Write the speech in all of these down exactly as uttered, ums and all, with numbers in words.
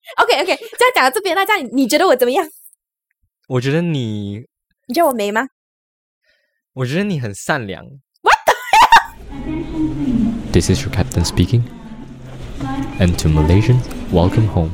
OK OK， 这样讲到这边，那这样你觉得我怎么样？ 我觉得你， 你觉得我美吗？ 我觉得你很善良。 What the hell? This is your captain speaking. And to Malaysians, welcome home.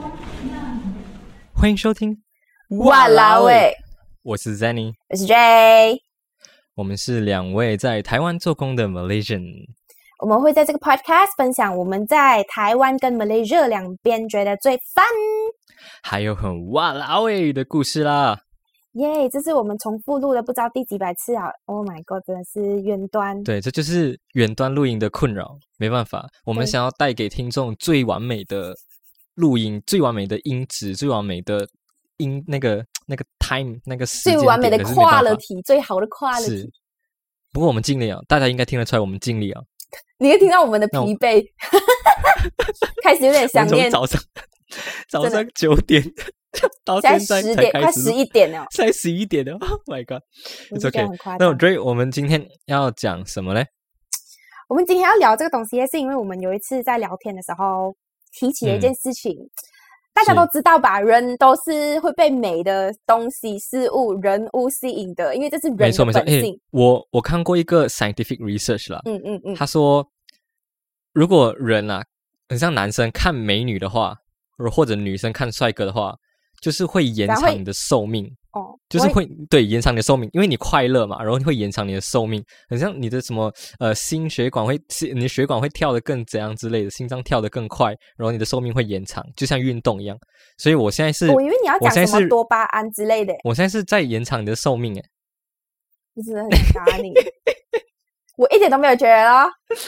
欢迎收听。 哇啦喂， 我是 Zenny， 我是 J。 我们是两位在台湾做工的 Malaysian。 我们会在这个 podcast 分享我们在台湾跟 Malaysia 两边觉得最 fun 还有很哇啦喂的故事啦。 耶、yeah, 这是我们重复录了不知道第几百次啊 Oh my god 真的是远端。 对，这就是远端录音的困扰，没办法，我们想要带给听众最完美的录音，最完美的音质，最完美的音那个那个 time 那个时间点， 最完美的 quality， 最好的 quality。 是，不过我们尽力啊，大家应该听得出来我们尽力啊。 你会听到我们的疲惫开始有点想念。 从早上早上九点到现在十点，快十一点了， 才十一点了 Oh my god It's okay。 那我觉得我们今天要讲什么呢？ 我们今天要聊这个东西是因为我们有一次在聊天的时候提起了一件事情、嗯、大家都知道吧，人都是会被美的东西事物人物吸引的，因为这是人的本性。 欸、我我看过一个 scientific research 啦， 嗯嗯嗯， 他说如果人啊很像男生看美女的话，或者女生看帅哥的话，就是会延长你的寿命哦， 就是会对延长你的寿命，因为你快乐嘛，然后会延长你的寿命，很像你的什么呃心血管会，你的血管会跳得更怎样之类的，心脏跳得更快，然后你的寿命会延长，就像运动一样。所以我现在是， 我以为你要讲什么多巴胺之类的， 我现在是在延长你的寿命诶。 我真的很想打你，我一点都没有觉得哦，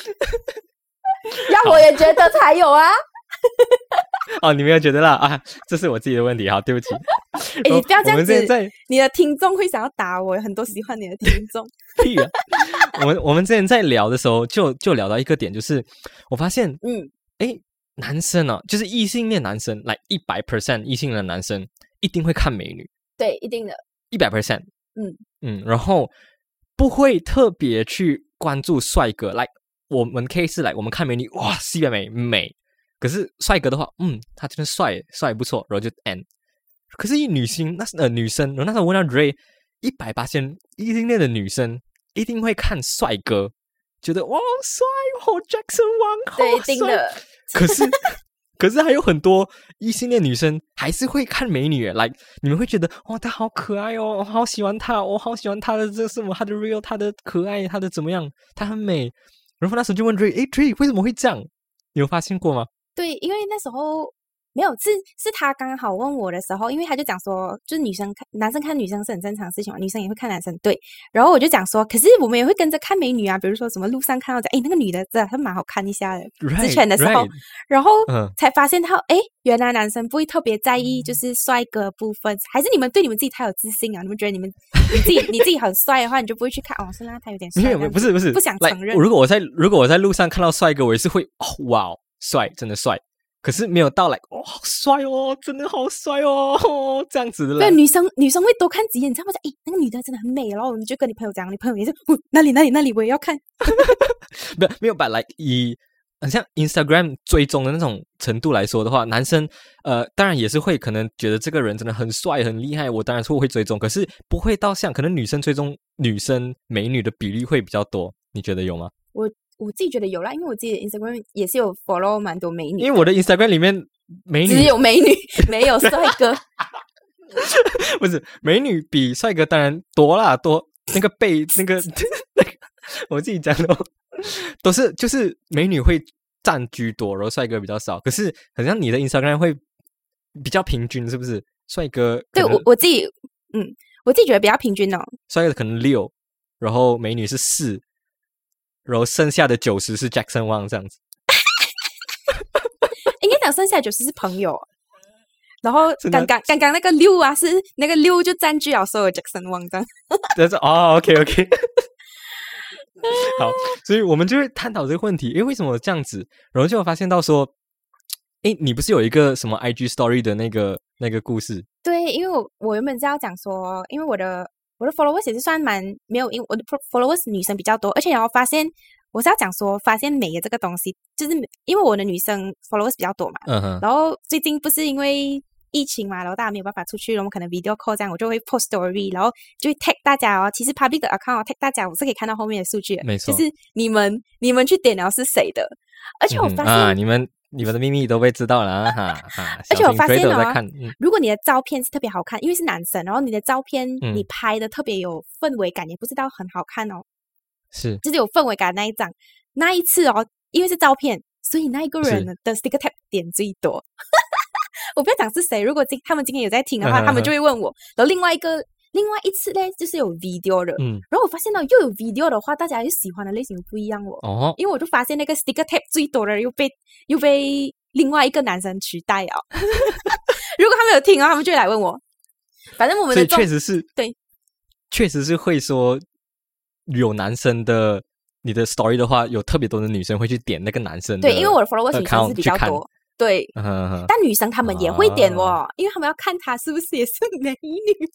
要我也觉得才有啊。 哦，你没有觉得啦啊？这是我自己的问题，好，对不起。 欸、你不要这样子，你的听众会想要打我，很多喜欢你的听众。 屁啊！我们我们之前在聊的时候就，就就聊到一个点，就是我发现，嗯，哎，男生啊，就是异性恋男生，来一百 percent 异性恋的男生一定会看美女， 对，一定的， 一百 percent， 嗯嗯，然后不会特别去关注帅哥，来，我们 case 来，我们看美女，哇，西北美美。可是帅哥的话，嗯，他真的帅，帅不错，然后就 end。可是，一女星，那呃女生，我那时候问到 Ray， 一百八千异性恋的女生一定会看帅哥，觉得哇帅哦 ，Jackson Wang 对，一定的。 可是，可是还有很多异性恋女生还是会看美女来， like, 你们会觉得哇，她好可爱哦，我好喜欢她，我好喜欢她的这什么，她的 real， 她的可爱，她的怎么样，她很美。然后那时候就问 Ray， 诶 Ray 为什么会这样？你有发现过吗？ 对，因为那时候没有，是是他刚好问我的时候，因为他就讲说，就是女生看男生看女生是很正常的事情嘛，女生也会看男生，对。然后我就讲说，可是我们也会跟着看美女啊，比如说什么路上看到的，哎，那个女的真的还蛮好看一下的， right, 之前的时候， right. 然后、 嗯、 才发现到，哎，原来男生不会特别在意就是帅哥部分，还是你们对你们自己太有自信啊？你们觉得你们你自己你自己很帅的话，你就不会去看哦，是那他有点帅， 没有，不是不是不想承认。 如果我在如果我在路上看到帅哥，我也是会哦哇哦帅，真的帅。可是没有到来，哦，好帅哦，真的好帅哦，哦这样子的。 对，女生女生会多看几眼，你知道吗？哎，那个女的真的很美，然后你就跟你朋友讲，你朋友也是，哦，哪里哪里哪里，我也要看。 没有没有，把来以很像 Instagram 追踪的那种程度来说的话，男生呃，当然也是会可能觉得这个人真的很帅很厉害，我当然是会追踪，可是不会到像可能女生追踪女生美女的比例会比较多，你觉得有吗？ 我。我自己觉得有啦，因为我自己的 Instagram 也是有 follow 蛮多美女， 因为我的 Instagram 里面美女只有美女，没有帅哥。 不是美女比帅哥当然多啦，多那个倍那个那个，我自己讲的都是就是美女会占居多，然后帅哥比较少。可是好像你的 Instagram 会比较平均，是不是？帅哥对我我自己嗯，我自己觉得比较平均哦。 帅哥可能六，然后美女是四。然后剩下的九十是 Jackson Wang 这样子， 应该讲剩下的九十是朋友，然后刚刚刚刚那个六啊是那个六就占据了所有 Jackson Wang 这样。 但是哦 ，OK OK， 好，所以我们就会探讨这个问题，诶，为什么这样子？然后就发现到说，诶，你不是有一个什么 I G Story 的那个那个故事？ 对，因为我我原本是要讲说，因为我的。我的 followers 也是算蛮没有，因为我的 followers 女生比较多，而且然后发现我是要讲说，发现美的这个东西，就是因为我的女生 followers 比较多嘛， 嗯哼， 然后最近不是因为疫情嘛，然后大家没有办法出去，然后我们可能 video call 这样，我就会 post story， 然后就会 tag 大家哦。其实 public 的 account、哦、tag 大家，我是可以看到后面的数据的， 没错， 就是你们你们去点了是谁的，而且我发现、 嗯、啊，你们你们的秘密都被知道了啊哈哈。 而且我发现哦， 在看嗯、 如果你的照片是特别好看，因为是男生，然后你的照片、 嗯、 你拍的特别有氛围感，也不知道很好看哦， 是就是有氛围感的那一张。那一次哦，因为是照片，所以那一个人的 sticker tag 点最多。我不要讲是谁，如果今他们今天有在听的话， 嗯、 他们就会问我。然后另外一个，另外一次呢，就是有 video 的， 嗯， 然后我发现到又有 video 的话，大家又喜欢的类型不一样哦。 哦， 因为我就发现那个 sticker tag 最多的又被又被另外一个男生取代了。如果他们有听啊，他们就会来问我。反正我们的所以确实是对， 确实是会说有男生的。你的 story 的话，有特别多的女生会去点那个男生的， 对，因为我的 followers 女生是比较多，对， 嗯哼哼， 但女生她们也会点哦，啊、因为她们要看她是不是也是美女。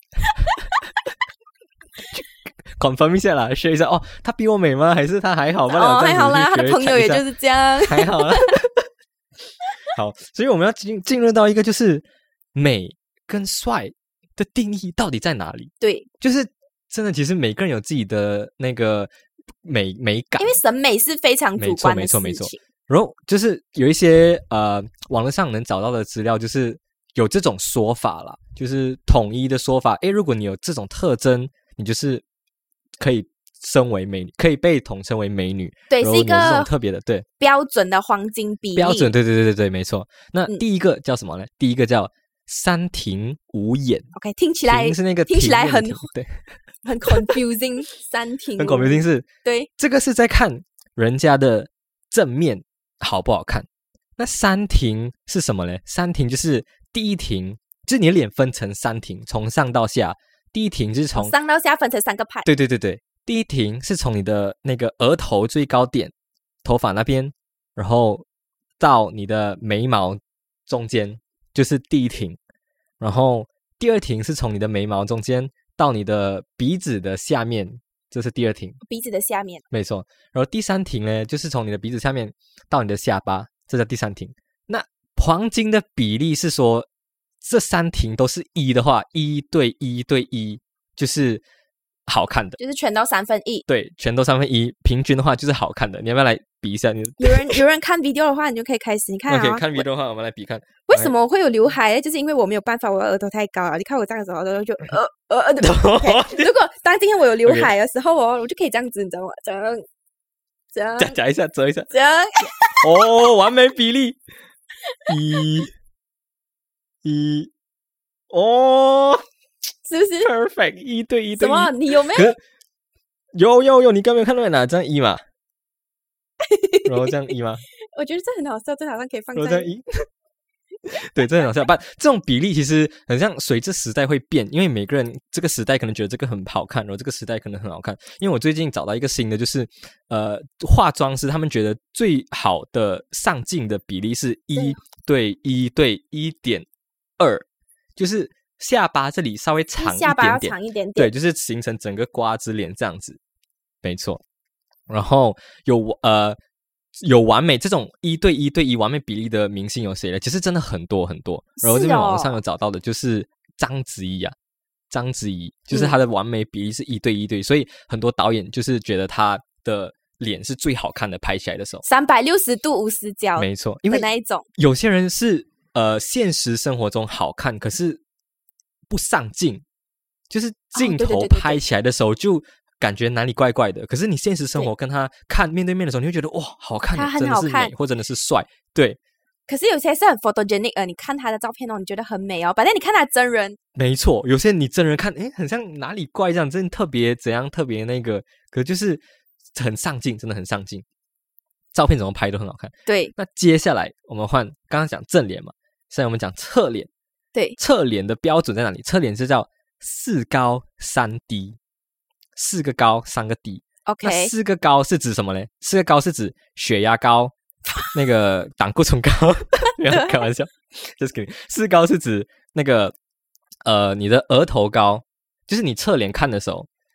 confirm 一下啦 ，share 一下哦，她比我美吗？还是她还好吗？ 哦，还好啦，她的朋友也就是这样， 还好啦。好，所以我们要进进入到一个就是美跟帅的定义到底在哪里？ 对， 就是真的，其实每个人有自己的那个。美美感， 因为审美是非常主观的事情。 没错没错没错。然后就是有一些呃网络上能找到的资料，就是有这种说法啦，就是统一的说法。诶，如果你有这种特征，你就是可以升为美女，可以被统称为美女。 对，是一个这种特别的，对， 标准的黄金比例。 标准，对对对对对，没错。那第一个叫什么呢？嗯、第一个叫三庭五眼。 OK， 听起来是那个听起来很对。 很 confusing， 三庭很 confusing 是， 对， 这个是在看人家的正面好不好看。那三庭是什么呢？三庭就是第一庭，就是你的脸分成三庭，从上到下。第一庭就是从、 哦、上到下分成三个 part。 对对对对，第一庭是从你的那个额头最高点，头发那边，然后到你的眉毛中间，就是第一庭。然后第二庭是从你的眉毛中间。到你的鼻子的下面，这是第二庭。 鼻子的下面， 没错。然后第三庭呢，就是从你的鼻子下面到你的下巴，这叫第三庭。那黄金的比例是说，这三庭都是一的话，一对一对一，就是好看的， 就是全都三分一。 对，全都三分一，平均的话就是好看的。你要不要来比一下？你有人有人看 video 的话，你就可以开始。你看啊 ，OK， 看 video 的话，我们来比看。 为什么我会有刘海？就是因为我没有办法，我的额头太高了。你看我这样子，我就呃呃呃。Okay, 如果当今天我有刘海的时候哦， okay. 我就可以这样子，你知道吗？这样这样夹夹一下，折一下， 这样。 哦，完美比例，一，一，哦， 是不是 perfect 一对一对一？ 什么？你有没有？ 有有有，你刚没有看到哪这样一嘛？然后这样一吗？ 我觉得这很好笑，这好像可以放在这样一。对，这很好笑。但这种比例其实很像随着时代会变，因为每个人这个时代可能觉得这个很好看，然后这个时代可能很好看。因为我最近找到一个新的，就是呃，化妆师他们觉得最好的上镜的比例是一对一对一点二，就是下巴这里稍微长一点点， 下巴要长一点点， 对，就是形成整个瓜子脸这样子，没错。然后有呃。有完美这种一对一对一完美比例的明星有谁呢？其实真的很多很多。然后这边网络上有找到的就是章子怡啊，章子怡就是她的完美比例是一对一对，嗯、所以很多导演就是觉得她的脸是最好看的，拍起来的时候三百六十度无死角， 没错，因为那一种有些人是呃现实生活中好看，可是不上镜，就是镜头拍起来的时候就。感觉哪里怪怪的，可是你现实生活跟他看面对面的时候，你会觉得哇，好看， 他很好看， 真的是美，或真的是帅，对。 可是有些是很 photogenic 呃，你看他的照片哦，你觉得很美哦，反正你看他真人， 没错，有些你真人看，诶，很像哪里怪这样，真的特别怎样，特别那个，可就是很上镜，真的很上镜。照片怎么拍都很好看。 对。 那接下来我们换，刚刚讲正脸嘛，现在我们讲侧脸。 对。 侧脸的标准在哪里？侧脸是叫四高三低。四个高，三个低。 OK， 那四个高是指什么呢？四个高是指血压高，那个胆固醇高。没有开玩笑 ，just kidding。四高是指那个呃，你的额头高，就是你侧脸看的时候，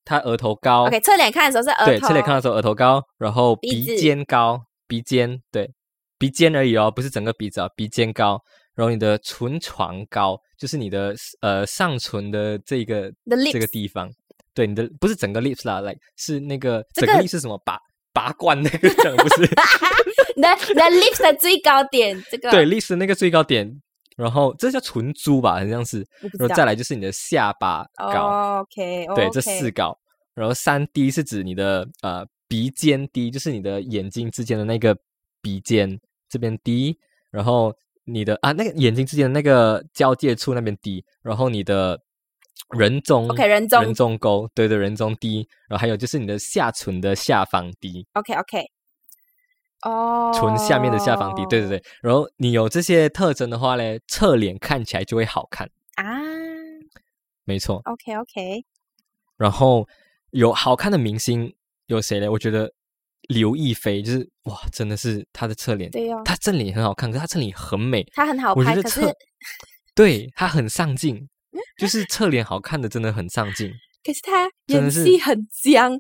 他额头高。 OK， 侧脸看的时候是额头， 对，侧脸看的时候额头高，然后鼻子鼻尖高，鼻尖对，鼻尖而已哦，不是整个鼻子啊，鼻尖高。然后你的唇床高，就是你的呃上唇的这个 The lips 这个地方，对，你的不是整个 lips 啦， like 是那个这个整个 lips 是什么拔拔罐那个讲不是？ 你的你的 lips 的最高点，这个对 lips 的那个最高点，然后这叫唇珠吧，好像是，然后再来就是你的下巴高， 哦、OK，, okay 对，这四高，然后三 D 是指你的呃鼻尖低，就是你的眼睛之间的那个鼻尖这边低，然后你的啊那个眼睛之间的那个交界处那边低，然后你的人中 OK 人中人中沟，对对，人中低，然后还有就是你的下唇的下方低 OK OK， 哦， 唇下面的下方低，对对对，然后你有这些特征的话呢，侧脸看起来就会好看啊， 没错 OK OK， 然后有好看的明星有谁呢？我觉得刘亦菲就是哇，真的是她的侧脸， 对哦， 她正脸很好看，可是她侧脸很美， 她很好拍，可是对她很上镜，就是侧脸好看的真的很上镜， 可是她演戏很僵，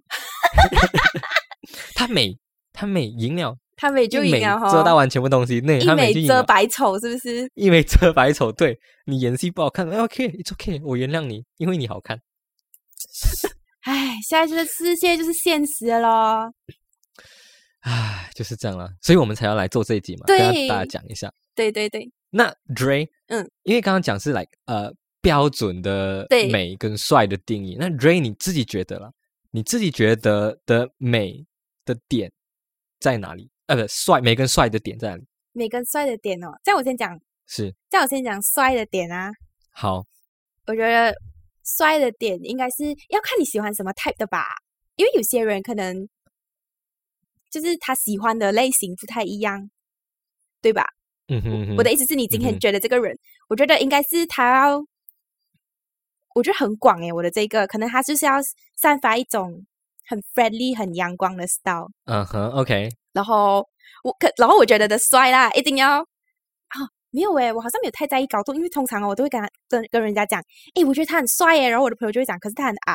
她美，她美赢了， 她美就赢了哈， 遮到完全部东西，那一美遮百丑是不是？ 一美遮百丑，对你演戏不好看 ，OK，it's OK， 我原谅你，因为你好看。 唉，现在这世界就是现实了咯。 唉，就是这样啦，所以我们才要来做这一集嘛， 对跟大家讲一下。 对对对， 那 Dre， 嗯， 因为刚刚讲是 like 呃标准的美跟帅的定义，那 Dre 你自己觉得啦，你自己觉得的美的点在哪里？呃，不，帅美跟帅的点在哪里？ 美跟帅的点哦，这样我先讲， 是， 这样我先讲帅的点啊。 好， 我觉得帅的点应该是要看你喜欢什么 type 的吧，因为有些人可能就是他喜欢的类型不太一样，对吧？ 嗯哼嗯哼， 我的意思是你今天觉得这个人，嗯、我觉得应该是他要，我觉得很广诶，我的这个可能他就是要散发一种很 friendly 很阳光的 style。 嗯哼 ，OK。 然后我可，然后我觉得的帅啦，一定要啊，没有诶，我好像没有太在意高度，因为通常我都会跟他跟跟人家讲，诶，我觉得他很帅诶，然后我的朋友就会讲，可是他很矮，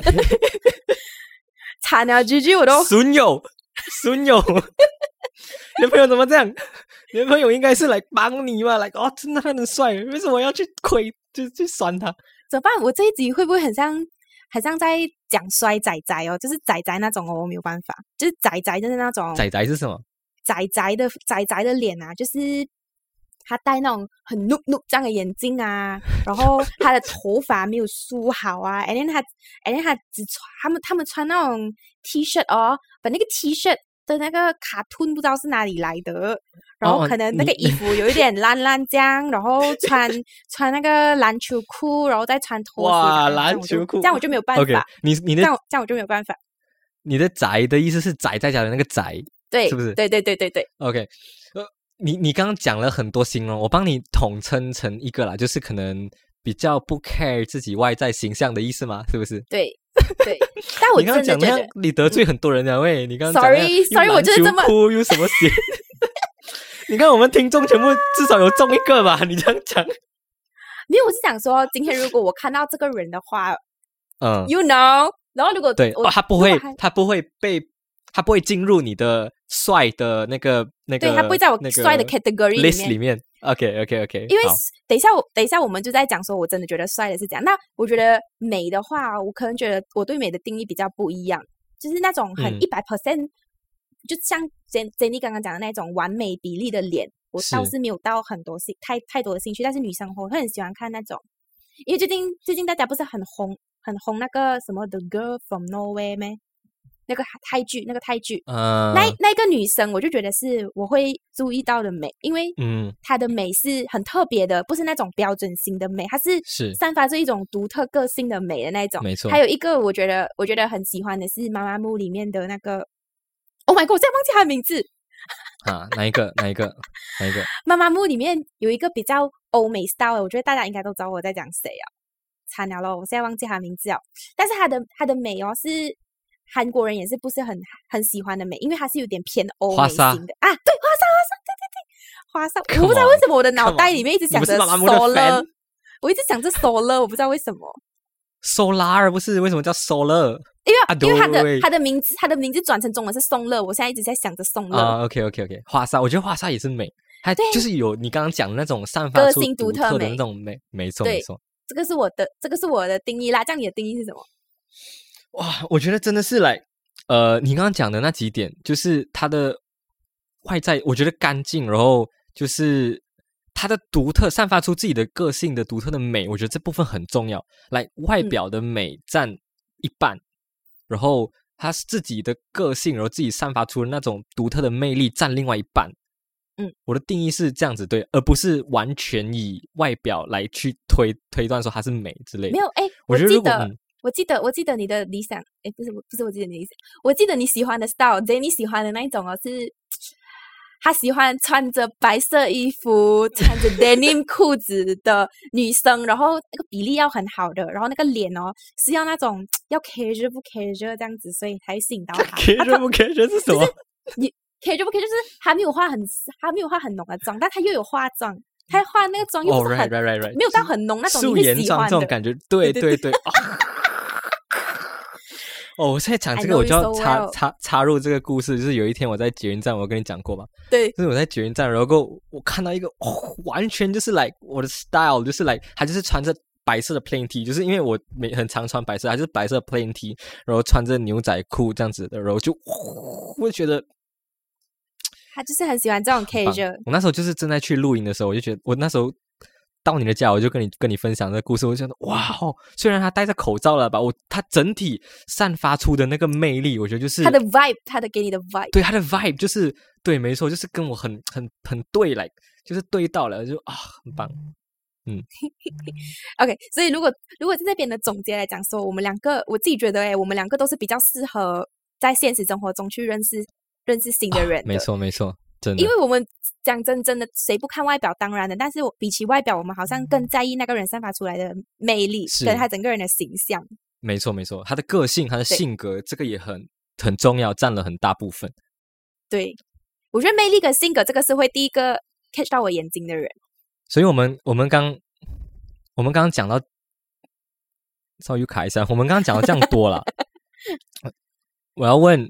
惨了 ，G G 我都损友。损友，你的朋友怎么这样？你的朋友应该是来帮你嘛，来哦，真的很帅，为什么要去亏，就去酸他？ 怎么办？我这一集会不会很像，很像在讲衰仔仔哦？就是仔仔那种哦，我没有办法，就是仔仔就是那种仔仔是什么？ 仔仔的仔仔的脸啊，就是他戴那种很怒怒这样的眼镜啊，然后他的头发没有梳好啊，and then 他 and then 他只穿他们他们穿那种 T 恤哦，把那个 T 恤的那个卡通不知道是哪里来的，然后可能那个衣服有一点烂烂这样，然后穿穿那个篮球裤，然后再穿拖鞋， 哇，篮球裤， 这样我就没有办法。 Okay, 你你的这样这样我就没有办法。 你的宅的意思是宅在家的那个宅， 对， 是不是？ 对对对对对。 OK， 呃，你你刚刚讲了很多形容，我帮你统称成一个啦，就是可能比较不 care 自己外在形象的意思吗？是不是？ 对。对，但我你刚刚讲那样，你得罪很多人了喂！你刚刚 sorry sorry， 我就是这么哭又什么血？你看我们听众全部至少有中一个吧？你这样讲， 没有，我是想说，今天如果我看到这个人的话， 嗯 ，you know，然后如果对、哦，他不会，他不会被，他不会进入你的帅的那个那个， 对，他不会在我帅的 category list 里面。OK OK OK， 因为等一下我等一下我们就在讲说，我真的觉得帅的是这样。那我觉得美的话，我可能觉得我对美的定义比较不一样，就是那种很一百 percent，就像 Jenny 刚刚讲的那种完美比例的脸，我倒是没有到很多兴太太多的兴趣。但是女生我会很喜欢看那种，因为最近最近大家不是很红很红那个什么 The Girl from Nowhere 咩？那个泰剧，那个泰剧， 呃， 那那个女生，我就觉得是我会注意到的美，因为嗯， 她的美是很特别的，不是那种标准型的美，她是是散发着一种独特个性的美的那种。 没错。 还有一个我觉得我觉得很喜欢的是妈妈木里面的那个 ，Oh my god， 我现在忘记她的名字啊，哪一个？哪一个？哪一个？ 妈妈木里面有一个比较欧美 style 的，我觉得大家应该都知道我在讲谁啊，惨了咯，我现在忘记她的名字了。但是她的她的美哦是。韩国人也是不是很很喜欢的美，因为它是有点偏欧美型的啊。对，花莎，花莎，对对对，花莎。我不知道为什么我的脑袋里面一直想着 Solar， 我一直想着 Solar， 我不知道为什么。 Solar 不是？为什么叫 Solar？ 因为、 啊、 因为它的对它的名字它的名字转成中文是宋乐，我现在一直在想着宋乐。 啊、OK OK OK， 华莎，我觉得华莎也是美，它就是有你刚刚讲的那种散发出个性独特特美的那种美，没错对没错。 这个是我的这个是我的定义啦，这样你的定义是什么？ 哇，我觉得真的是来，呃，你刚刚讲的那几点，就是它的外在，我觉得干净，然后就是它的独特，散发出自己的个性的独特的美，我觉得这部分很重要。来，外表的美占一半，嗯、然后它自己的个性，然后自己散发出的那种独特的魅力占另外一半。 嗯， 我的定义是这样子，对，而不是完全以外表来去推推断说它是美之类的。 没有，哎， 我觉得记得。 嗯我记得，我记得你的理想，诶，不是，不是，我记得你的理想，我记得你喜欢的 style， 你喜欢的那一种哦，是他喜欢穿着白色衣服、穿着 denim 裤子的女生，然后那个比例要很好的，然后那个脸哦是要那种要 casual 不 casual 这样子，所以才吸引到他。 casual 不 casual 是什么？ 你 casual 不 casual 就是他没有化很，他没有化很浓的妆，但他又有化妆。他化那个妆又不是很、 oh, right, right, right, right. 没有到很浓那种， 素颜妆这种感觉，对对对。哦，我现在讲这个，我就要插插插入这个故事。就是有一天我在捷运站，我跟你讲过嘛？ 对， 就是我在捷运站，然后我看到一个，哦、完全就是 like 我的 style， 就是 like 他就是穿着白色的 plain T， 就是因为我每很常穿白色，他就是白色 plain T， 然后穿着牛仔裤这样子的，然后就，哦、我就觉得他就是很喜欢这种 casual。 我那时候就是正在去录音的时候，我就觉得我那时候。到你的家，我就跟你跟你分享这个故事，我就觉得哇哦，虽然他戴着口罩了吧，我他整体散发出的那个魅力，我觉得就是他的 vibe， 他的给你的 vibe， 对他的 vibe 就是对，没错，就是跟我很很很对来，就是对到了，就啊，很棒，嗯 ，OK， 所以如果如果在这边的总结来讲说，我们两个，我自己觉得，哎，我们两个都是比较适合在现实生活中去认识认识新的人的， 啊、没错没错。 因为我们讲真真的，谁不看外表？当然的，但是我比起外表，我们好像更在意那个人散发出来的魅力，跟他整个人的形象。 没错，没错，他的个性、他的性格，这个也很很重要，占了很大部分。 对，我觉得魅力跟性格这个是会第一个 catch 到我眼睛的人。 所以我们我们刚我们刚刚讲到，稍微卡一下，我们刚刚讲到这样多了，我要问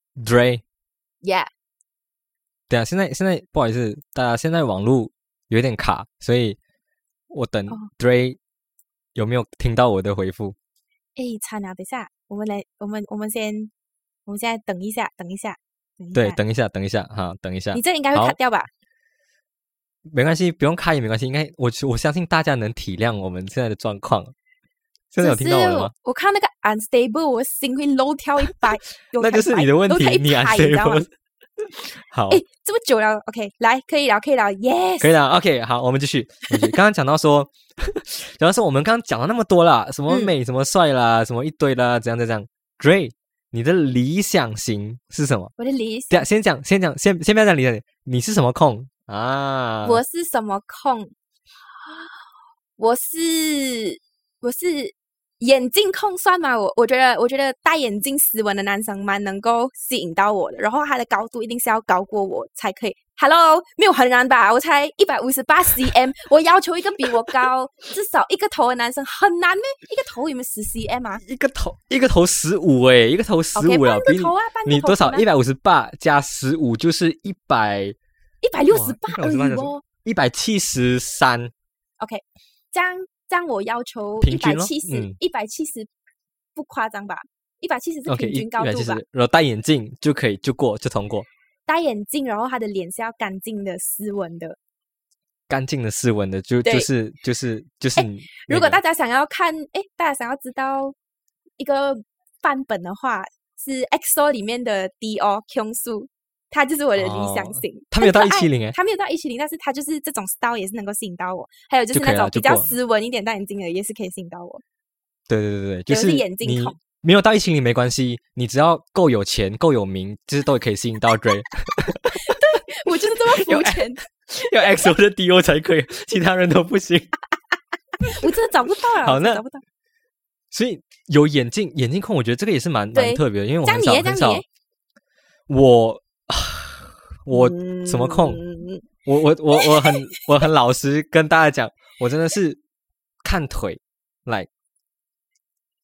Dre。Yeah。对啊，现在现在不好意思，大家现在网络有点卡，所以我等 Dre 有没有听到我的回复？ 哎，惨了，等一下，我们来，我们我们先，我们现在等一下，等一下，等一下对，等一下，等一下，哈，等一下。 你这应该会卡掉吧？ 没关系，不用卡也没关系，应该我我相信大家能体谅我们现在的状况。现在有听到我了吗？ 我看那个 unstable， 我心会漏跳一百， 那就是你的问题，你 unstable。好， 哎，这么久了 ，OK， 来，可以了，可以了 ，Yes， 可以了 ，OK， 好，我们继续。刚刚讲到说，讲到说，我们刚刚讲了那么多啦，什么美，嗯、什么帅啦，什么一堆啦，怎样怎样。Dre， 你的理想型是什么？ 我的理想， 先讲，先讲，先先不要讲理想型，你是什么控啊？ 我是什么控？我是，我是。眼镜控算吗？我我觉得，我觉得戴眼镜斯文的男生蛮能够吸引到我的。然后他的高度一定是要高过我才可以。Hello， 没有很难吧？我才一百五十八 cm， 我要求一个比我高至少一个头的男生很难咩？一个头有没有十 cm 啊？ 一个头一个头十五哎，一个头十五了。 半个头啊，半个头你多少？一百五十八加十五就是一百一百六十八而已哦， 一百七十三。 OK， 这样。像我要求一百七十，一百七十不夸张吧？一百七十是平均高度吧？ okay, 然后戴眼镜就可以就过就通过。 戴眼镜，然后他的脸是要干净的、斯文的。 干净的、斯文的，就就是就是就是你、那个。 如果大家想要看，哎，大家想要知道一个范本的话，是 X O 里面的 Dior Kyungsu。他就是我的理想型，哦、 他没有到一七零哎， 他没有到一七零，但是他就是这种 style 也是能够吸引到我。还有就是那种比较斯文一点戴眼镜的，也是可以吸引到我。 对对对对，就是眼镜控， 没有到一七零没关系，你只要够有钱、够有名，就是都可以吸引到 Dre。 对，我就是这么肤浅， 要 X O 的 Dior 才可以，其他人都不行。 我真的找不到了， 好，那找不到。 所以有眼镜眼镜控，我觉得这个也是蛮蛮特别的，因为我很少很少，我。我什么控？嗯、我我我我很我很老实跟大家讲，我真的是看腿，来、like,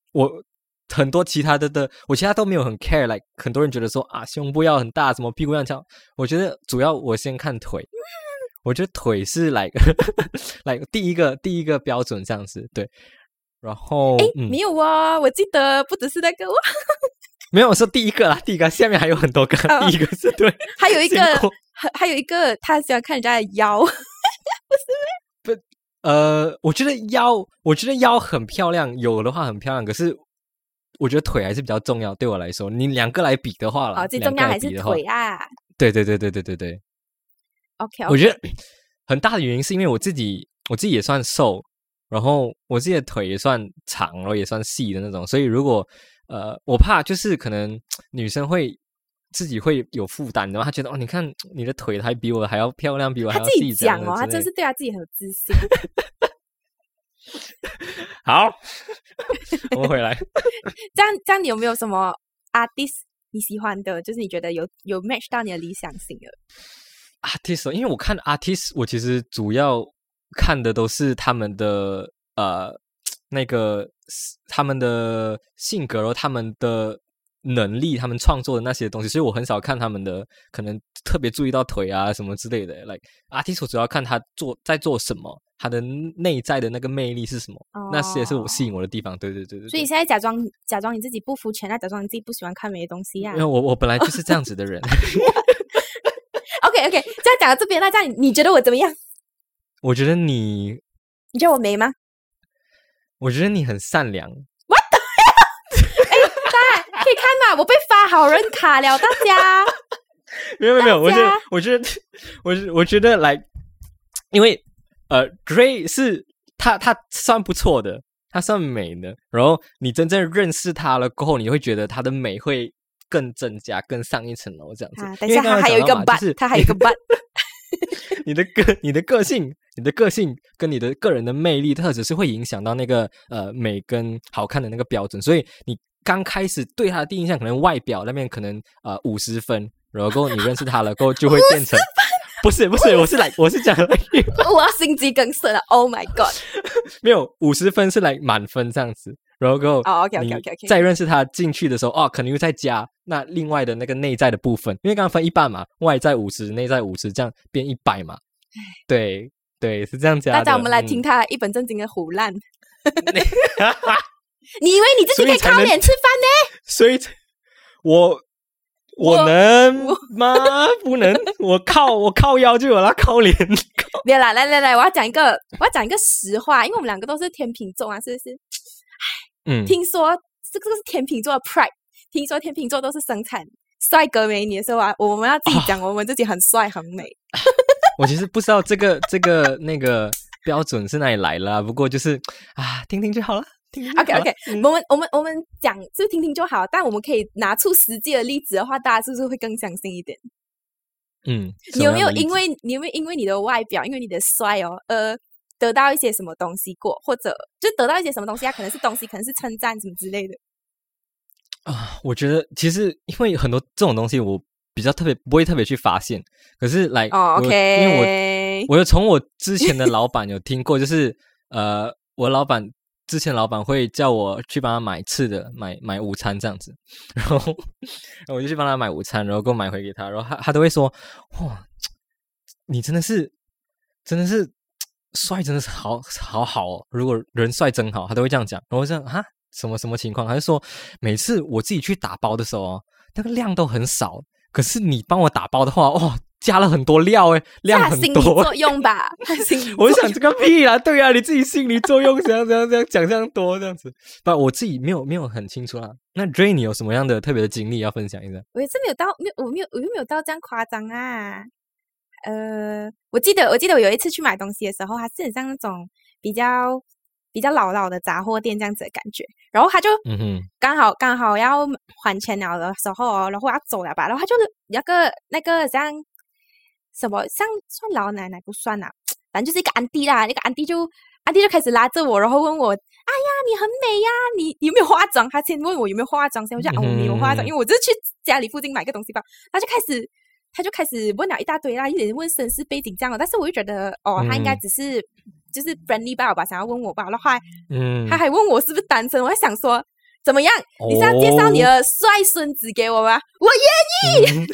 我很多其他的的，我其他都没有很 care。like 很多人觉得说啊，胸部要很大，什么屁股要长，我觉得主要我先看腿。我觉得腿是 like like 第一个第一个标准这样子，对。然后哎、嗯，没有啊，我记得不只是那个哇。 没有，我说第一个啦，第一个下面还有很多个，哦、第一个是对， 还有一个还还有一个他喜欢看人家的腰，不是不呃，我觉得腰，我觉得腰很漂亮，有的话很漂亮，可是我觉得腿还是比较重要，对我来说，你两个来比的话啦， 哦，最重要还是腿啊。 对对对对对对对。 OK， 我觉得很大的原因是因为我自己，我自己也算瘦，然后我自己的腿也算长，然后也算细的那种，所以如果呃，我怕就是可能女生会自己会有负担，然后她觉得哦，你看你的腿还比我还要漂亮，比我还要细。 她自己讲哦，她真是对她自己很有自信。 好，我们回来。 这样这样，你有没有什么 artist 你喜欢的？就是你觉得有有 match 到你的理想型的？ artist， 因为我看 artist， 我其实主要看的都是他们的呃那个他们的性格，然后他们的能力，他们创作的那些东西，所以我很少看他们的可能特别注意到腿啊什么之类的。like artist 我主要看他做在做什么，他的内在的那个魅力是什么，哦、那些是我吸引我的地方。对对 对, 对, 对。 所以现在假装假装你自己不肤浅，那假装你自己不喜欢看美的东西啊。 因为我我本来就是这样子的人。 OK OK， 这样讲到这边，那这样你觉得我怎么样？ 我觉得你， 你觉得我美吗？ 我觉得你很善良。 What the hell？ 哎，大家可以看嘛，我被发好人卡了，大家。 没有没有没有，我觉得我觉得我我觉得来， like, 因为呃 ，Dray 是他他算不错的，他算美的。然后你真正认识他了过后，你会觉得他的美会更增加，更上一层楼这样子。 啊、等一下，他还有一个 but，、就是、他还有一个 but。 你的个、你的个性、你的个性跟你的个人的魅力特质是会影响到那个呃美跟好看的那个标准。所以你刚开始对他的第一印象，可能外表那边可能呃五十分，然后你认识他了过后就会变成。不是不是，我是来我是讲我要心肌梗塞了 ，Oh my god！ 没有五十分是来满分这样子，然后过后哦 OK OK OK OK， 再认识他进去的时候，哦，可能又再加那另外的那个内在的部分，因为刚刚分一半嘛，外在五十，内在五十，这样变一百嘛。对对，是这样加的。 大家我们来听他一本正经的唬烂。你以为你自己可以靠脸吃饭呢？ 所以，我。我能吗？不能，我靠，我靠腰就有了，靠脸。 别啦，来来来，我要讲一个，我要讲一个实话，因为我们两个都是天秤座啊，是不是？嗯，听说这个是天秤座的 pride， 听说天秤座都是生产帅哥美女的时候啊，我们要自己讲，我们自己很帅很美。 我其实不知道这个这个那个标准是哪里来了，不过就是啊，听听就好了。 OK OK，、嗯、我们我们我们讲就听听就好，但我们可以拿出实际的例子的话，大家是不是会更相信一点？ 嗯， 你有没有因为你有没有因为你的外表，因为你的帅哦，呃，得到一些什么东西过，或者就得到一些什么东西啊？可能是东西，可能是称赞什么之类的啊。我觉得其实因为很多这种东西，我比较特别不会特别去发现，可是来、like, 哦 ，OK， 因为我我有从我之前的老板有听过，就是呃，我老板。之前老板会叫我去帮他买吃的，买买午餐这样子，然后我就去帮他买午餐，然后给我买回给他，然后他他都会说：“哇，你真的是真的是帅，真的是好好好哦！如果人帅真好。”他都会这样讲。然后我这样啊，什么什么情况？他就说每次我自己去打包的时候哦，那个量都很少，可是你帮我打包的话，哦。加了很多料诶，量很多。 心理作用吧？ 我想这个屁啦，对啊，你自己心理作用怎样怎样怎样讲这样多这样子，不，我自己没有没有很清楚啦。那 Dray 你有什么样的特别的经历要分享一下？ 我也是没有到，没有，我没有，我又没有到这样夸张啊。呃，我记得我记得我有一次去买东西的时候，它是很像那种比较比较老老的杂货店这样子的感觉，然后他就嗯哼，刚好刚好要还钱了的时候哦，然后要走了吧，然后他就那个那个像。什么像算老奶奶不算啊，反正就是一个安迪啦，那个安迪就安迪就开始拉着我，然后问我：“哎呀，你很美呀，你有没有化妆？”他先问我有没有化妆，先我就讲、嗯、哦我没有化妆，因为我就是去家里附近买个东西吧。他就开始他就开始问了一大堆啦，一点问身世背景这样的，但是我就觉得哦，他应该只是、嗯、就是 friendly 吧吧，想要问我吧，然后还嗯，他还问我是不是单身，我还想说。 怎么样？你是要介绍你的帅孙子给我吗？哦、我愿意。嗯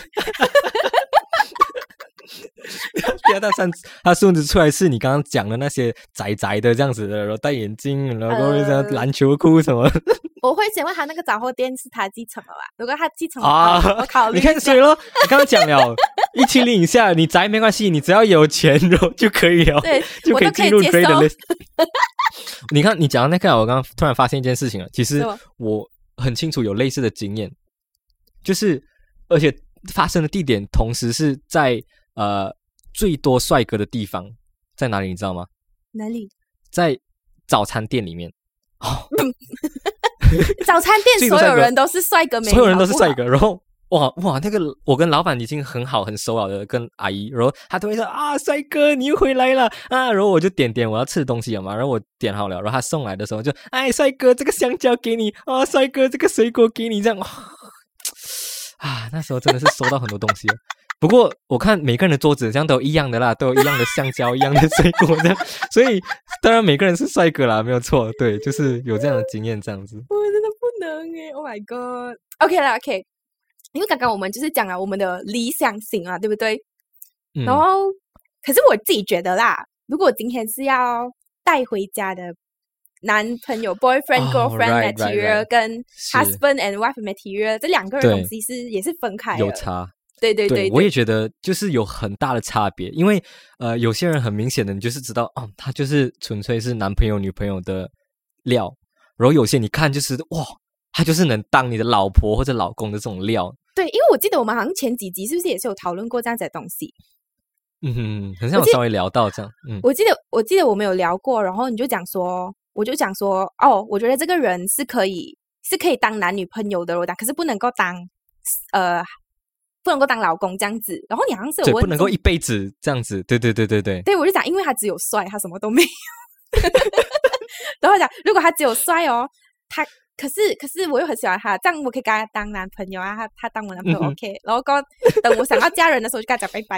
第二、第三，他孙子出来是你刚刚讲的那些宅宅的这样子的，然后戴眼镜，然后这样篮球裤什么。呃、 我会先问他那个杂货店是他继承了吧？如果他继承了啊，我考虑。 你看谁咯？你刚刚讲了，一七零以下你宅没关系，你只要有钱然后就可以了， 对， 就可以进入 trade list。你看你讲到那个，我刚刚突然发现一件事情了，其实我很清楚有类似的经验，就是而且发生的地点同时是在。呃，最多帅哥的地方在哪里？你知道吗？ 哪里？ 在早餐店里面。哦、 早餐店所有人都是帅哥美女， 所有人都是帅哥。然后哇哇，那个我跟老板已经很好很熟了的，跟阿姨，然后他都会说啊，帅哥你又回来了啊，然后我就点点我要吃的东西了嘛，然后我点好了，然后他送来的时候就，哎，帅哥这个香蕉给你啊，帅哥这个水果给你，这样啊，那时候真的是收到很多东西了。不过我看每个人的桌子这样都一样的啦，都有一样的香蕉一样的水果这样，所以当然每个人是帅哥啦，没有错，对，就是有这样的经验这样子。 我真的不能耶 Oh my god OK 啦 OK 因为刚刚我们就是讲了我们的理想型啊，对不对、嗯、然后可是我自己觉得啦，如果今天是要带回家的男朋友 boyfriend、oh, girlfriend right, material、right, right. 跟 husband and wife material 这两个人东西是也是分开的， 有差。 对对 对, 对, 对，我也觉得就是有很大的差别，因为呃，有些人很明显的你就是知道，哦，他就是纯粹是男朋友女朋友的料，然后有些你看就是哇，他就是能当你的老婆或者老公的这种料。 对，因为我记得我们好像前几集是不是也是有讨论过这样子的东西？ 嗯哼，很像有稍微聊到这样。嗯， 我记得我记得我们有聊过，然后你就讲说，我就讲说，哦，我觉得这个人是可以是可以当男女朋友的，我讲，可是不能够当呃。不能够当老公这样子，然后你好像是有问， 对，不能够一辈子这样子，对对对对对。 对，我就讲，因为他只有帅，他什么都没有。然后讲，如果他只有帅哦，他可是可是我又很喜欢他，这样我可以跟他当男朋友啊，他他当我男朋友、嗯、OK。然后刚等我想要嫁人的时候，就跟他讲拜拜。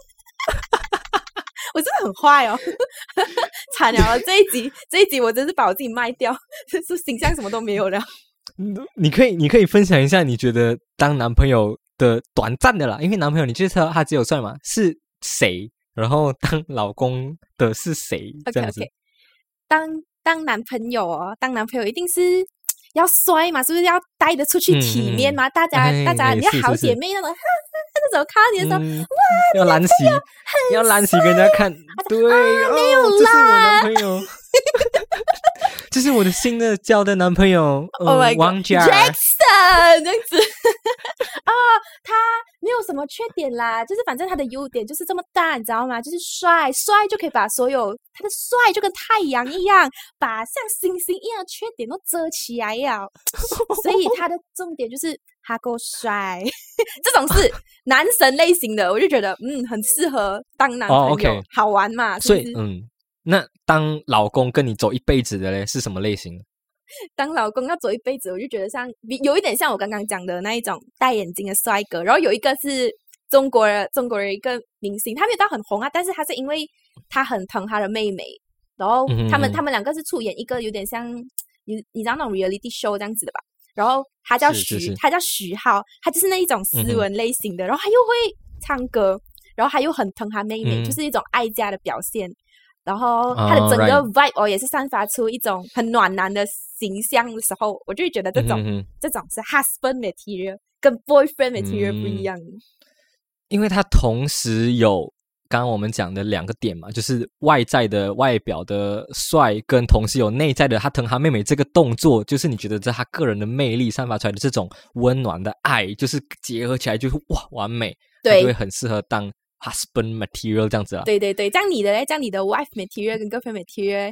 我真的很坏哦，惨了！这一集这一集我真是把我自己卖掉，是形象什么都没有了。 你可以你可以分享一下，你觉得当男朋友的短暂的啦，因为男朋友你就知道他只有帅嘛，是谁？然后当老公的是谁？这样子。Okay, okay. 当当男朋友哦，当男朋友一定是要帅嘛，是不是要带得出去体面嘛？嗯、大家、哎、大家、哎、你要好姐妹那种，那种看到你的时候，嗯、哇， 要蓝喜，要蓝喜给人家看，对， 啊、 哦， 没有啦， 这是我男朋友。这是我的新的交的男朋友、呃 Oh my God, 王嘉 Jackson 这样子啊、哦，他没有什么缺点啦，就是反正他的优点就是这么大，你知道吗？就是帅，帅就可以把所有他的帅就跟太阳一样，把像星星一样的缺点都遮起来呀。所以他的重点就是他够帅，这种是男神类型的，我就觉得嗯很适合当男朋友， oh, okay. 好玩嘛。是不是？ 所以嗯。那当老公跟你走一辈子的嘞是什么类型？ 当老公要走一辈子，我就觉得像有一点像我刚刚讲的那一种戴眼镜的帅哥，然后有一个是中国人，中国人一个明星，他没有到很红啊，但是他是因为他很疼他的妹妹，然后他们、嗯、他们两个是出演一个有点像你你知道那种 reality show 这样子的吧？然后他叫徐，是是是他叫徐浩，他就是那一种斯文类型的，嗯、然后他又会唱歌，然后他又很疼他妹妹，嗯、就是一种爱家的表现。然后他的整个 vibe 哦，也是散发出一种很暖男的形象的时候，我就觉得这种、嗯、这种是 husband material 跟 boyfriend material 不一样、嗯、 因为他同时有刚刚我们讲的两个点嘛，就是外在的外表的帅，跟同时有内在的他疼他妹妹这个动作，就是你觉得在他个人的魅力散发出来的这种温暖的爱，就是结合起来就是哇完美，对，就会很适合当husband material 这样子啊。 对对对，这样你的嘞，这样你的 wife material 跟 girlfriend material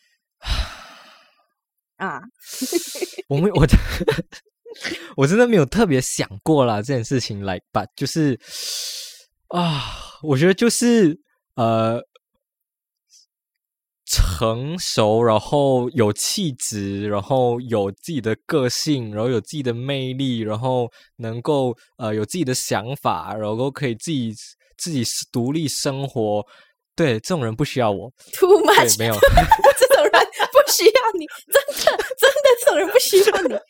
啊， 我们我我真的没有特别想过啦这件事情来吧，就是啊，我觉得就是呃成熟，然后有气质，然后有自己的个性，然后有自己的魅力，然后能够呃有自己的想法，然后可以自己自己独立生活。对，这种人不需要我。 Too much， 没有这种人不需要你，真的真的这种人不需要你。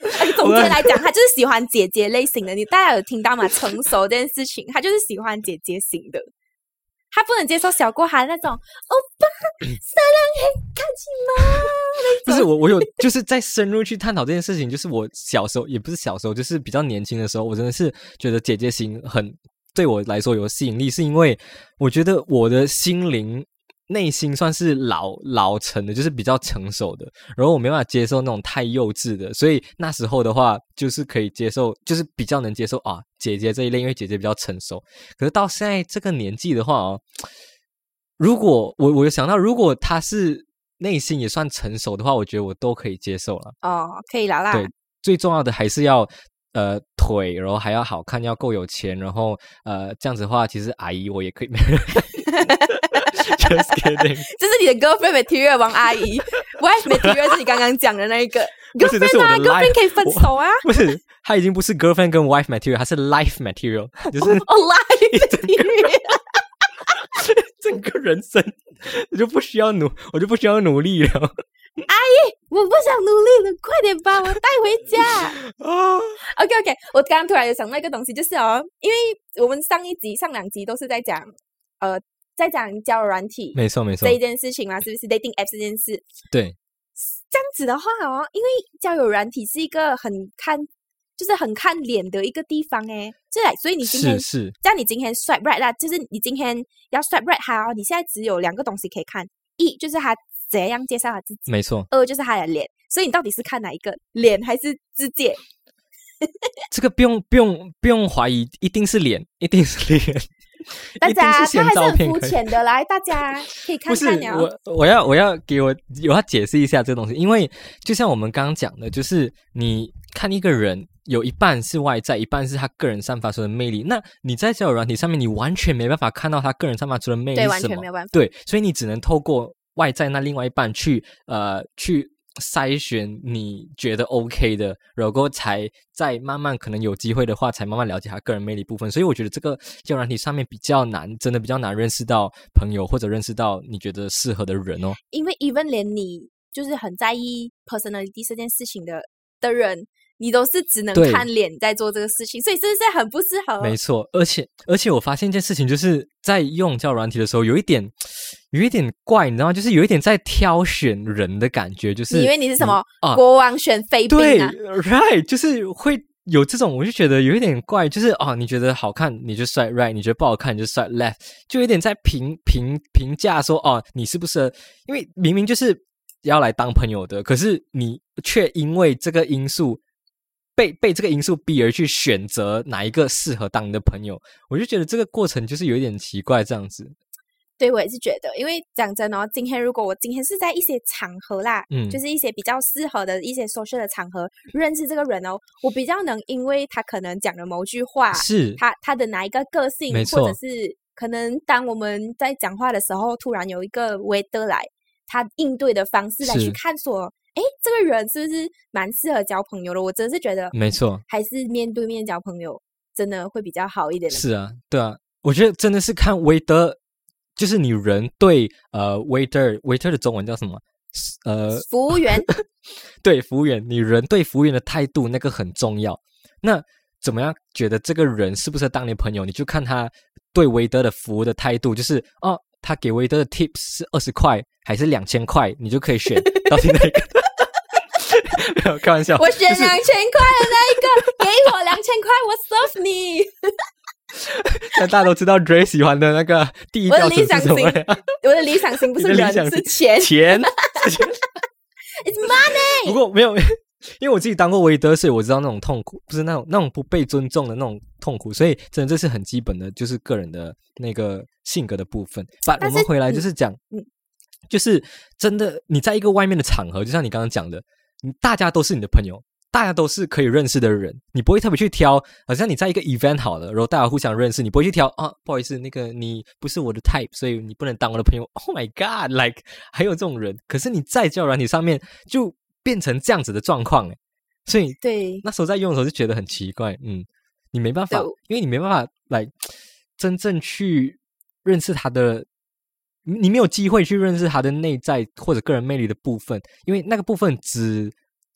总结来讲，他就是喜欢姐姐类型的。你大家有听到吗？成熟这件事情，他就是喜欢姐姐型的。他不能接受小过海那种欧巴撒浪嘿看起吗？ 不是我，我有就是在深入去探讨这件事情。就是我小时候，也不是小时候，就是比较年轻的时候，我真的是觉得姐姐型很对我来说有吸引力，是因为我觉得我的心灵内心算是老老成的，就是比较成熟的，然后我没办法接受那种太幼稚的，所以那时候的话就是可以接受，就是比较能接受啊姐姐这一类，因为姐姐比较成熟。可是到现在这个年纪的话哦，如果我我有想到，如果她是内心也算成熟的话，我觉得我都可以接受了。 哦，可以了啦。 对，最重要的还是要呃腿，然后还要好看，要够有钱，然后呃这样子的话，其实阿姨我也可以。Just kidding， 这是你的 girlfriend material 王阿姨，wife material 是你刚刚讲的那一个不是，这是我 girlfriend 啊的 ，girlfriend life， 可以分手啊。 不是，他已经不是 girlfriend 跟 wife material， 他是 life material， 就是哦 life material， 整个人生我就不需要努，我就不需要努力了。 阿姨，我不想努力了，快点把我带回家。 啊 OK OK， 我刚刚突然有想到一个东西，就是哦，因为我们上一集、上两集都是在讲，呃，在讲交友软体， 没错没错这一件事情嘛，是不是 dating app 这件事？ 对， 这样子的话哦，因为交友软体是一个很看，就是很看脸的一个地方诶，就来，所以你今天是是， 这样，你今天 swipe right 啦，就是你今天要 swipe right 他哦，你现在只有两个东西可以看，一就是他怎样介绍他自己， 没错， 二就是他的脸，所以你到底是看哪一个，脸还是字界？ 这个不用不用不用怀疑，一定是脸，一定是脸。 大家他一定是先还是很肤照片可以浅的来，大家可以看不是看了。 我，我要我要给我我要解释一下这个东西，因为就像我们刚刚讲的，就是你看一个人，有一半是外在，一半是他个人散发出的魅力。那你在交友软体上面，你完全没办法看到他个人散发出的魅力对， 是什么完全没有，办法。 对，所以你只能透过外在那另外一半去呃去筛选你觉得 OK 的，然后才再慢慢可能有机会的话，才慢慢了解他个人魅力部分。所以我觉得这个交友软体上面比较难，真的比较难认识到朋友，或者认识到你觉得适合的人哦。 因为 even 连你就是很在意 personality 这件事情的的人，你都是只能对看脸在做这个事情，所以这是很不适合。 没错，而且而且我发现一件事情，就是在用交友软体的时候，有一点有一点怪，你知道吗？就是有一点在挑选人的感觉，就是你以为你是什么、 啊、 国王选妃嫔对啊？ ，right，就是会有这种，我就觉得有一点怪，就是哦，你觉得好看你就 swipe right， 你觉得不好看你就 swipe left， 就有点在评评评价说哦，你是不是？因为明明就是要来当朋友的，可是你却因为这个因素。被被这个因素逼而去选择哪一个适合当你的朋友，我就觉得这个过程就是有一点奇怪这样子。 对，我也是觉得，因为讲真哦，今天如果我今天是在一些场合啦， 嗯， 就是一些比较适合的一些 social 的场合认识这个人哦，我比较能因为他可能讲的某句话， 是他他的哪一个个性， 没错或者是可能当我们在讲话的时候，突然有一个 waiter 来，他应对的方式来去看说。哎，这个人是不是蛮适合交朋友的？我真的是觉得， 没错， 还是面对面交朋友真的会比较好一点的。 是啊，对啊，我觉得真的是看 waiter， 就是你人对呃 waiter waiter 的中文叫什么？呃， 服务员， 对，服务员，你人对服务员的态度那个很重要。那怎么样觉得这个人是不是当你朋友？你就看他对 waiter 的服务的态度，就是哦，他给 waiter 的 tips 是二十块还是两千块，你就可以选到底哪一个。没有开玩笑， 我选两千块的那一个，给我两千块，我 serve 你。 那大家都知道 Dray 喜欢的那个第一标准是什么呀？ 我的理想型不是人，是钱。 钱 ，It's money。 不过没有，因为我自己当过waiter，所以我知道那种痛苦，不是那种那种不被尊重的那种痛苦，所以真的这是很基本的，就是个人的那个性格的部分。但我们回来就是讲，嗯，就是真的你在一个外面的场合，就像你刚刚讲的。大家都是你的朋友，大家都是可以认识的人，你不会特别去挑。好像你在一个 event 好了，然后大家互相认识，你不会去挑啊，不好意思，那个你不是我的 type， 所以你不能当我的朋友。Oh my god， like 还有这种人，可是你在交友软体上面就变to 这样子的状况，所以对那时候在用的时候就觉得很奇怪，嗯，你没办法，因为你没办法来真正去认识他的。你没有机会去认识他的内在或者个人魅力的部分，因为那个部分只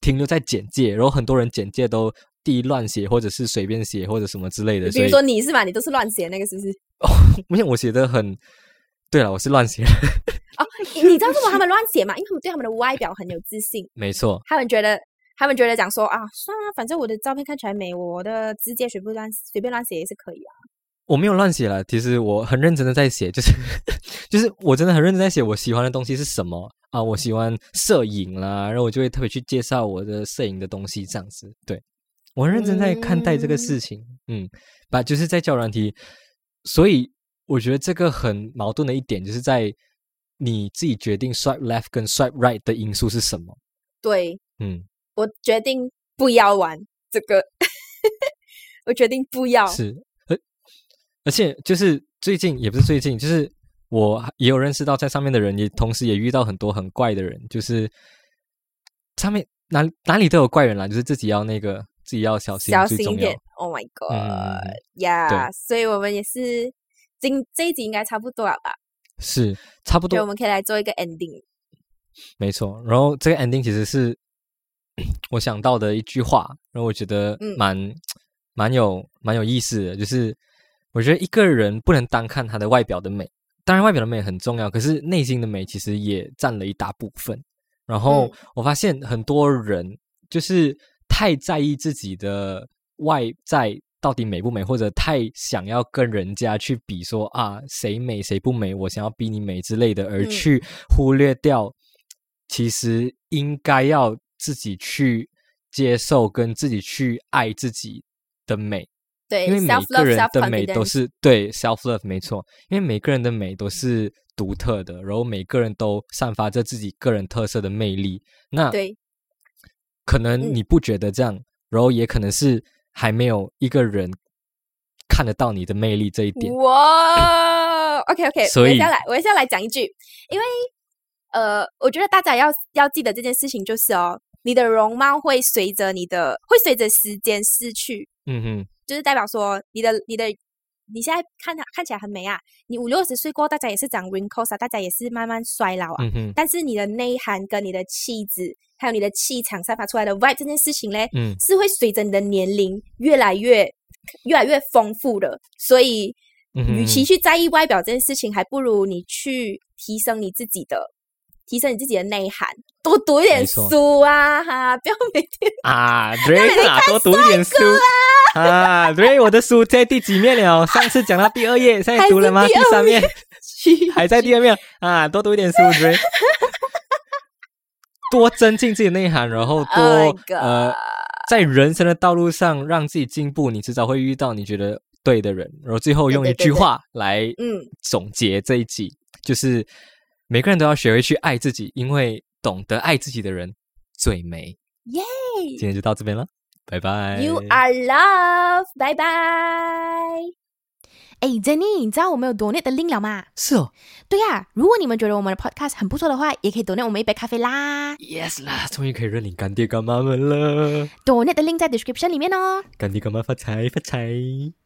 停留在简介，然后很多人简介都第一乱写，或者是随便写，或者什么之类的。 比如说你是吗？你都是乱写那个是不是？ 哦，因为我写的很，对了，我是乱写。 哦，你知道为什么他们乱写吗？因为他们对他们的外表很有自信。 没错， 他们觉得，他们觉得讲说啊，算了，反正我的照片看起来美，我的字节随便乱随便乱写也是可以啊。 我没有乱写啦，其实我很认真的在写，就是就是我真的很认真在写我喜欢的东西是什么啊，我喜欢摄影啦，然后我就会特别去介绍我的摄影的东西这样子。对，我很认真在看待这个事情，嗯，把、嗯、就是在交友软体，所以我觉得这个很矛盾的一点就是在你自己决定 swipe left 跟 swipe right 的因素是什么。 对， 嗯， 我决定不要玩这个我决定不要， 是而而且就是最近也不是最近，就是我也有认识到在上面的人，也同时也遇到很多很怪的人，就是上面哪哪里都有怪人啦，就是自己要那个自己要小心， 小心最重要一点。Oh my god，呀、嗯 yeah, 所以我们也是今这一集应该差不多了吧？ 是差不多， 所以我们可以来做一个 ending。 没错，然后这个 ending 其实是我想到的一句话，然后我觉得蛮、嗯、蛮有蛮有意思的，就是我觉得一个人不能单看他的外表的美，当然外表的美很重要，可是内心的美其实也占了一大部分。然后我发现很多人就是太在意自己的外在到底美不美，或者太想要跟人家去比说啊谁美谁不美，我想要比你美之类的，而去忽略掉其实应该要自己去接受跟自己去爱自己的美。 对， 因为每个人的美都是对 self love 没错，因为每个人的美都是独特的，然后每个人都散发着自己个人特色的魅力。那对，可能你不觉得这样、嗯、然后也可能是还没有一个人看得到你的魅力这一点。 哇 OK OK， 所以我接下来我接下来讲一句，因为呃，我觉得大家要要记得这件事情就是哦，你的容貌会随着你的会随着时间逝去。 嗯哼， 就是代表说你的你的你现在看看起来很美啊，你五六十岁过后大家也是长 wrinkles 啊，大家也是慢慢衰老啊、嗯、但是你的内涵跟你的气质还有你的气场散发出来的 vibe 这件事情呢、嗯、是会随着你的年龄越来越越来越丰富的，所以、嗯、与其去在意外表这件事情，还不如你去提升你自己的提升你自己的内涵，多读一点书啊哈，不要每天啊，对啊，多读一点书啊，对，我的书在第几面了？上次讲到第二页，现在读了吗？第, 第三面，还在第二面啊，多读一点书，对，多增进自己的内涵，然后多、oh 呃，在人生的道路上让自己进步，你迟早会遇到你觉得对的人，然后最后用一句话来总结这一集，对对对对就是每个人都要学会去爱自己，因为懂得爱自己的人最美。 耶！ 今天就到这边了，拜拜。 You are love， 拜拜。哎 ，Jenny， 你知道我们有 donate 的 link 了吗？ 是哦。 对呀、啊，如果你们觉得我们的 podcast 很不错的话，也可以 donate 我们一杯咖啡啦。 Yes 啦，终于可以认领干爹干妈们了。 donate 的 link 在 description 里面哦。 干爹干妈发财发财。